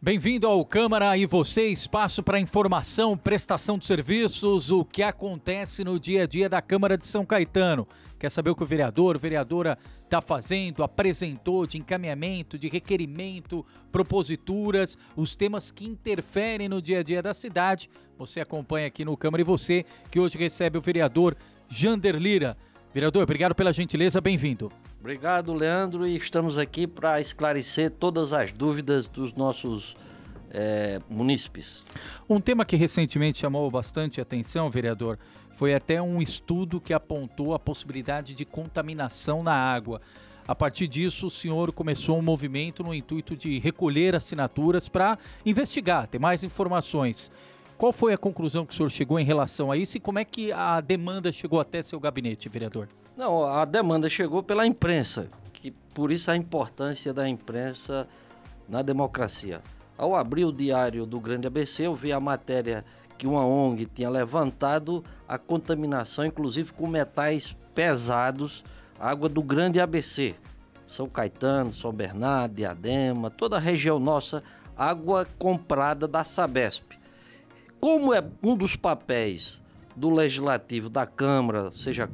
Bem-vindo ao Câmara e Você, espaço para informação, prestação de serviços, o que acontece no dia a dia da Câmara de São Caetano. Quer saber o que o vereadora está fazendo, apresentou de encaminhamento, de requerimento, proposituras, os temas que interferem no dia a dia da cidade? Você acompanha aqui no Câmara e Você, que hoje recebe o vereador Jander Lira. Vereador, obrigado pela gentileza, bem-vindo. Obrigado, Leandro, e estamos aqui para esclarecer todas as dúvidas dos nossos munícipes. Um tema que recentemente chamou bastante atenção, vereador, foi até um estudo que apontou a possibilidade de contaminação na água. A partir disso, o senhor começou um movimento no intuito de recolher assinaturas para investigar, ter mais informações. Qual foi a conclusão que o senhor chegou em relação a isso e como é que a demanda chegou até seu gabinete, vereador? Não, a demanda chegou pela imprensa, que por isso a importância da imprensa na democracia. Ao abrir o diário do Grande ABC, eu vi a matéria que uma ONG tinha levantado a contaminação, inclusive com metais pesados, água do Grande ABC. São Caetano, São Bernardo, Diadema, toda a região nossa, água comprada da Sabesp. Como é um dos papéis do Legislativo, da Câmara, seja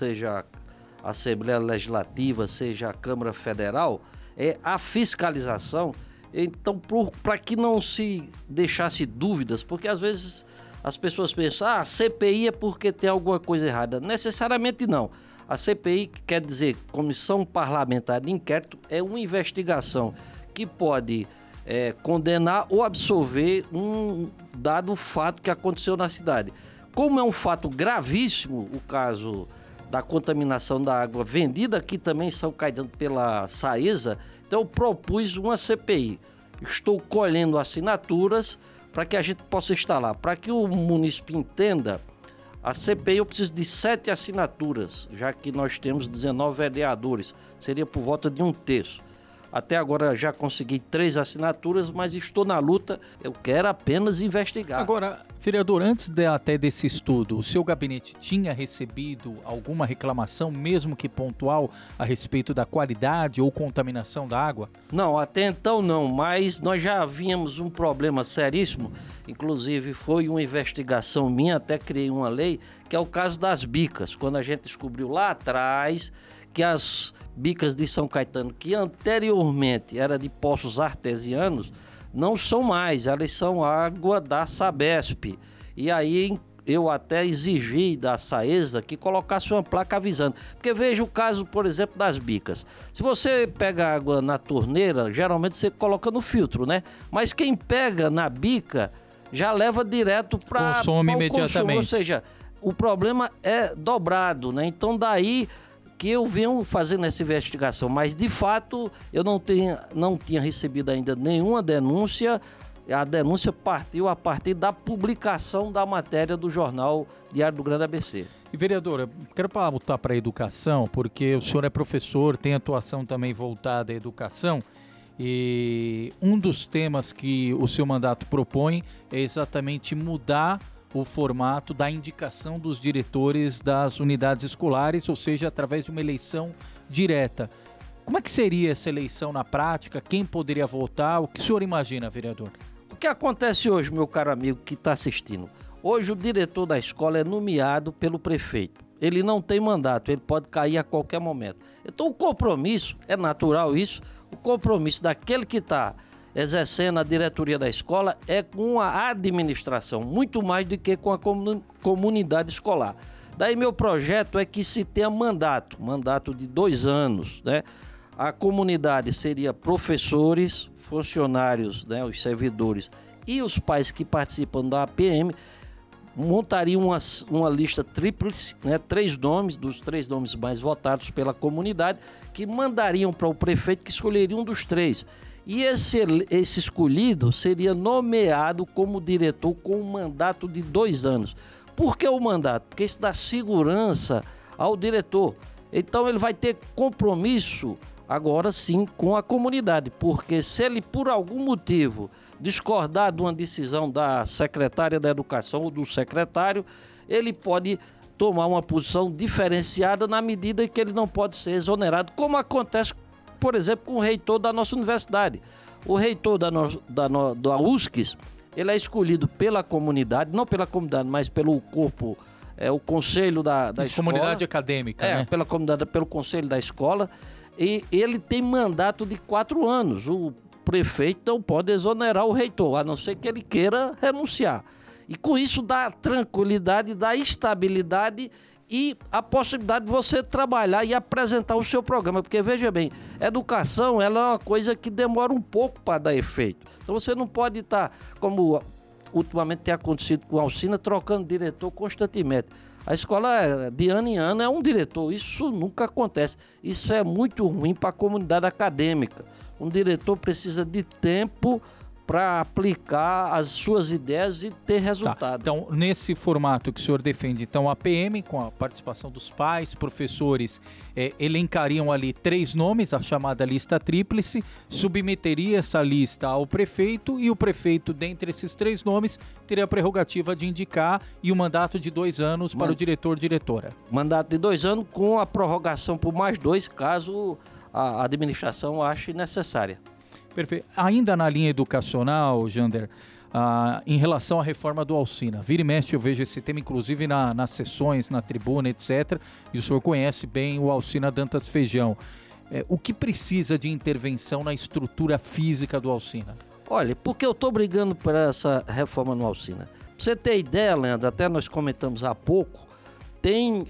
a Assembleia Legislativa, seja a Câmara Federal, é a fiscalização. Então, para que não se deixasse dúvidas, porque às vezes as pessoas pensam, a CPI é porque tem alguma coisa errada. Necessariamente não. A CPI, quer dizer, Comissão Parlamentar de Inquérito, é uma investigação que pode condenar ou absolver um dado fato que aconteceu na cidade. Como é um fato gravíssimo, o caso da contaminação da água vendida aqui também em São Caetano pela Saesa, então eu propus uma CPI. Estou colhendo assinaturas para que a gente possa instalar. Para que o munícipe entenda, a CPI eu preciso de 7 assinaturas, já que nós temos 19 vereadores, seria por volta de 1/3. Até agora já consegui 3 assinaturas, mas estou na luta, eu quero apenas investigar. Agora, vereador, antes até desse estudo, o seu gabinete tinha recebido alguma reclamação, mesmo que pontual, a respeito da qualidade ou contaminação da água? Não, até então não, mas nós já havíamos um problema seríssimo, inclusive foi uma investigação minha, até criei uma lei, que é o caso das bicas, quando a gente descobriu lá atrás que as bicas de São Caetano, que anteriormente era de poços artesianos, não são mais, elas são água da Sabesp. E aí eu até exigi da Saesa que colocasse uma placa avisando. Porque veja o caso, por exemplo, das bicas. Se você pega água na torneira, geralmente você coloca no filtro, né? Mas quem pega na bica já leva direto para consome imediatamente. Ou seja, o problema é dobrado, né? Então daí que eu venho fazendo essa investigação, mas de fato eu não tinha recebido ainda nenhuma denúncia. A denúncia partiu a partir da publicação da matéria do jornal Diário do Grande ABC. E vereadora, quero voltar para a educação, porque o senhor é professor, tem atuação também voltada à educação, e um dos temas que o seu mandato propõe é exatamente mudar o formato da indicação dos diretores das unidades escolares, ou seja, através de uma eleição direta. Como é que seria essa eleição na prática? Quem poderia votar? O que o senhor imagina, vereador? O que acontece hoje, meu caro amigo que está assistindo? Hoje o diretor da escola é nomeado pelo prefeito. Ele não tem mandato, ele pode cair a qualquer momento. Então o compromisso, é natural isso, o compromisso daquele que está exercendo a diretoria da escola é com a administração, muito mais do que com a comunidade escolar. Daí meu projeto é que se tenha mandato de 2 anos, né? A comunidade seria professores, funcionários, né, os servidores e os pais que participam da APM, montariam uma lista tríplice, né, 3 nomes, dos 3 nomes mais votados pela comunidade, que mandariam para o prefeito, que escolheria um dos 3. E esse escolhido seria nomeado como diretor com um mandato de 2 anos. Por que o mandato? Porque isso dá segurança ao diretor. Então ele vai ter compromisso agora sim com a comunidade, porque se ele por algum motivo discordar de uma decisão da secretária da Educação ou do secretário, ele pode tomar uma posição diferenciada na medida em que ele não pode ser exonerado, como acontece por exemplo, com o reitor da nossa universidade. O reitor da USCS, ele é escolhido pela comunidade, não pela comunidade, mas pelo corpo, o conselho da escola. Comunidade acadêmica, né? Pela comunidade, pelo conselho da escola. E ele tem mandato de 4 anos. O prefeito não pode exonerar o reitor, a não ser que ele queira renunciar. E com isso dá tranquilidade, dá estabilidade e a possibilidade de você trabalhar e apresentar o seu programa. Porque, veja bem, educação ela é uma coisa que demora um pouco para dar efeito. Então você não pode estar, como ultimamente tem acontecido com a Alcina, trocando diretor constantemente. A escola, de ano em ano, é um diretor. Isso nunca acontece. Isso é muito ruim para a comunidade acadêmica. Um diretor precisa de tempo para aplicar as suas ideias e ter resultado. Então, nesse formato que o senhor defende, então a PM, com a participação dos pais, professores, elencariam ali 3 nomes, a chamada lista tríplice, submeteria essa lista ao prefeito e o prefeito, dentre esses 3 nomes, teria a prerrogativa de indicar e o mandato de 2 anos para o diretor-diretora. Mandato de 2 anos com a prorrogação por mais 2, caso a administração ache necessária. Perfeito. Ainda na linha educacional, Jander, em relação à reforma do Alcina, vira e mexe eu vejo esse tema, inclusive nas sessões, na tribuna, etc. E o senhor conhece bem o Alcina Dantas Feijão. O que precisa de intervenção na estrutura física do Alcina? Olha, porque eu estou brigando por essa reforma no Alcina. Pra você ter ideia, Leandro, até nós comentamos há pouco, tem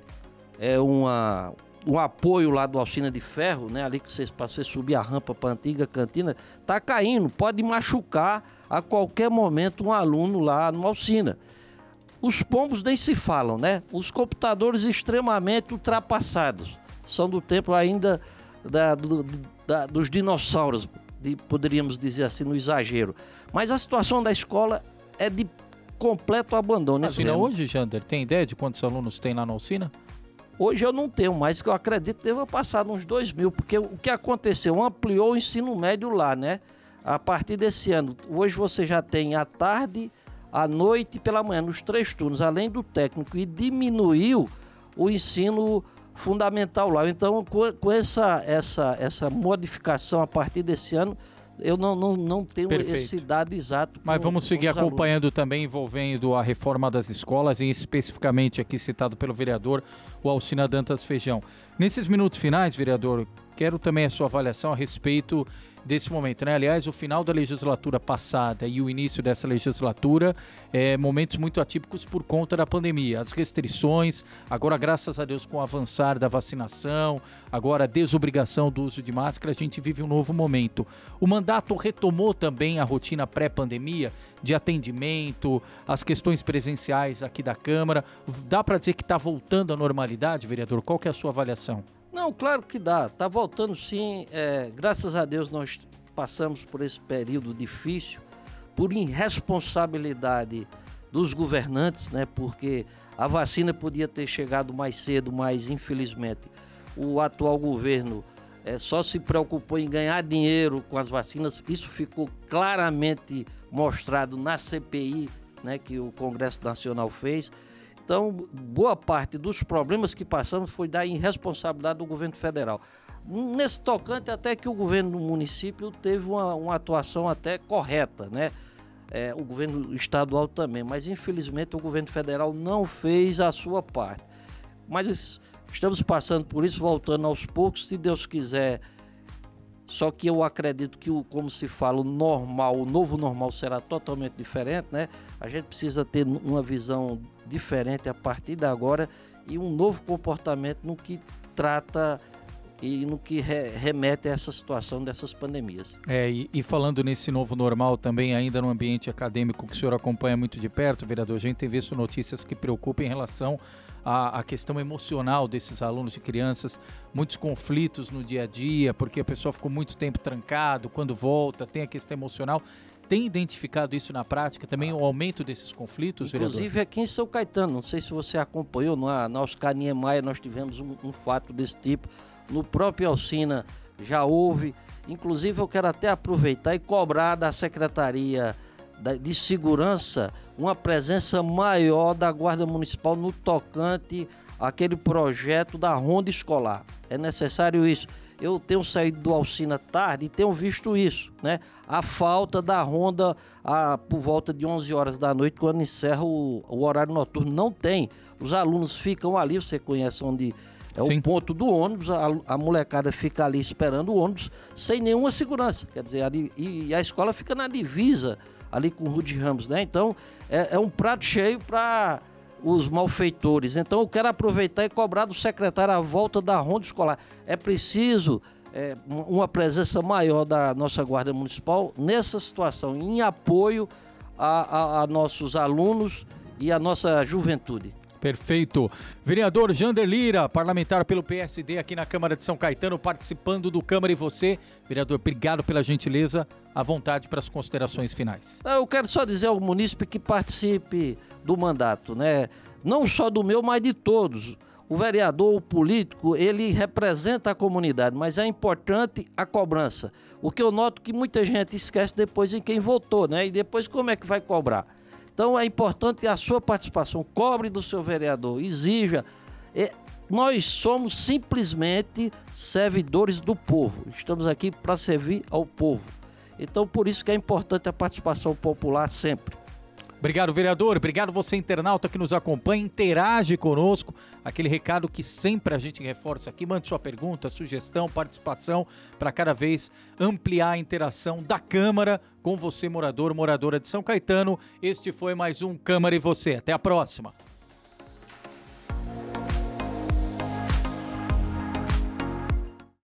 um apoio lá do Alcina de Ferro, né? Ali que para você subir a rampa para a antiga cantina, tá caindo, pode machucar a qualquer momento um aluno lá no Alcina. Os pombos nem se falam, né? Os computadores extremamente ultrapassados, são do tempo ainda dos dinossauros, poderíamos dizer assim, no exagero. Mas a situação da escola é de completo abandono. Alcina hoje, Jander, tem ideia de quantos alunos tem lá na Alcina? Hoje eu não tenho mais, que eu acredito que deva passar uns 2.000, porque o que aconteceu? Ampliou o ensino médio lá, né? A partir desse ano, hoje você já tem à tarde, à noite e pela manhã, nos 3 turnos, além do técnico, e diminuiu o ensino fundamental lá. Então, com essa modificação a partir desse ano, eu não tenho esse dado exato. Mas vamos seguir acompanhando também, envolvendo a reforma das escolas e especificamente aqui citado pelo vereador, o Alcina Dantas Feijão. Nesses minutos finais, vereador, quero também a sua avaliação a respeito desse momento, né? Aliás, o final da legislatura passada e o início dessa legislatura, momentos muito atípicos por conta da pandemia, as restrições, agora graças a Deus com o avançar da vacinação, agora a desobrigação do uso de máscara, a gente vive um novo momento. O mandato retomou também a rotina pré-pandemia de atendimento, as questões presenciais aqui da Câmara. Dá para dizer que está voltando à normalidade, vereador? Qual que é a sua avaliação? Não, claro que dá, está voltando sim, graças a Deus nós passamos por esse período difícil, por irresponsabilidade dos governantes, né? Porque a vacina podia ter chegado mais cedo, mas infelizmente o atual governo só se preocupou em ganhar dinheiro com as vacinas. Isso ficou claramente mostrado na CPI, né, que o Congresso Nacional fez. Então, boa parte dos problemas que passamos foi da irresponsabilidade do governo federal. Nesse tocante, até que o governo do município teve uma atuação até correta, né? O governo estadual também, mas infelizmente o governo federal não fez a sua parte. Mas estamos passando por isso, voltando aos poucos, se Deus quiser. Só que eu acredito que, como se fala, o novo normal será totalmente diferente, né? A gente precisa ter uma visão diferente a partir de agora e um novo comportamento no que trata e no que remete a essa situação dessas pandemias. E falando nesse novo normal também, ainda no ambiente acadêmico que o senhor acompanha muito de perto, vereador, a gente tem visto notícias que preocupam em relação à questão emocional desses alunos e crianças, muitos conflitos no dia a dia, porque a pessoa ficou muito tempo trancado, quando volta, tem a questão emocional. Tem identificado isso na prática também, o aumento desses conflitos, inclusive, vereador? Aqui em São Caetano, não sei se você acompanhou, na Oscar Niemeyer nós tivemos um fato desse tipo. No próprio Alcina já houve. Inclusive, eu quero até aproveitar e cobrar da Secretaria de segurança, uma presença maior da Guarda Municipal no tocante àquele projeto da ronda escolar. É necessário isso. Eu tenho saído do Alcina tarde e tenho visto isso, né? A falta da ronda por volta de 11 horas da noite, quando encerra o horário noturno. Não tem. Os alunos ficam ali, você conhece onde é o ponto do ônibus, a molecada fica ali esperando o ônibus sem nenhuma segurança. Quer dizer, ali, e a escola fica na divisa ali com o Rude Ramos, né? Então, é um prato cheio para os malfeitores. Então, eu quero aproveitar e cobrar do secretário a volta da ronda escolar. É preciso uma presença maior da nossa Guarda Municipal nessa situação, em apoio a nossos alunos e a nossa juventude. Perfeito. Vereador Jander Lira, parlamentar pelo PSD aqui na Câmara de São Caetano, participando do Câmara e você. Vereador, obrigado pela gentileza. À vontade para as considerações finais. Eu quero só dizer ao munícipe que participe do mandato, né? Não só do meu, mas de todos. O vereador, o político, ele representa a comunidade, mas é importante a cobrança. O que eu noto que muita gente esquece depois em quem votou, né? E depois como é que vai cobrar? Então é importante a sua participação, cobre do seu vereador, exija. Nós somos simplesmente servidores do povo, estamos aqui para servir ao povo. Então por isso que é importante a participação popular sempre. Obrigado, vereador. Obrigado você, internauta, que nos acompanha, interage conosco. Aquele recado que sempre a gente reforça aqui. Mande sua pergunta, sugestão, participação para cada vez ampliar a interação da Câmara com você, morador, moradora de São Caetano. Este foi mais um Câmara e Você. Até a próxima.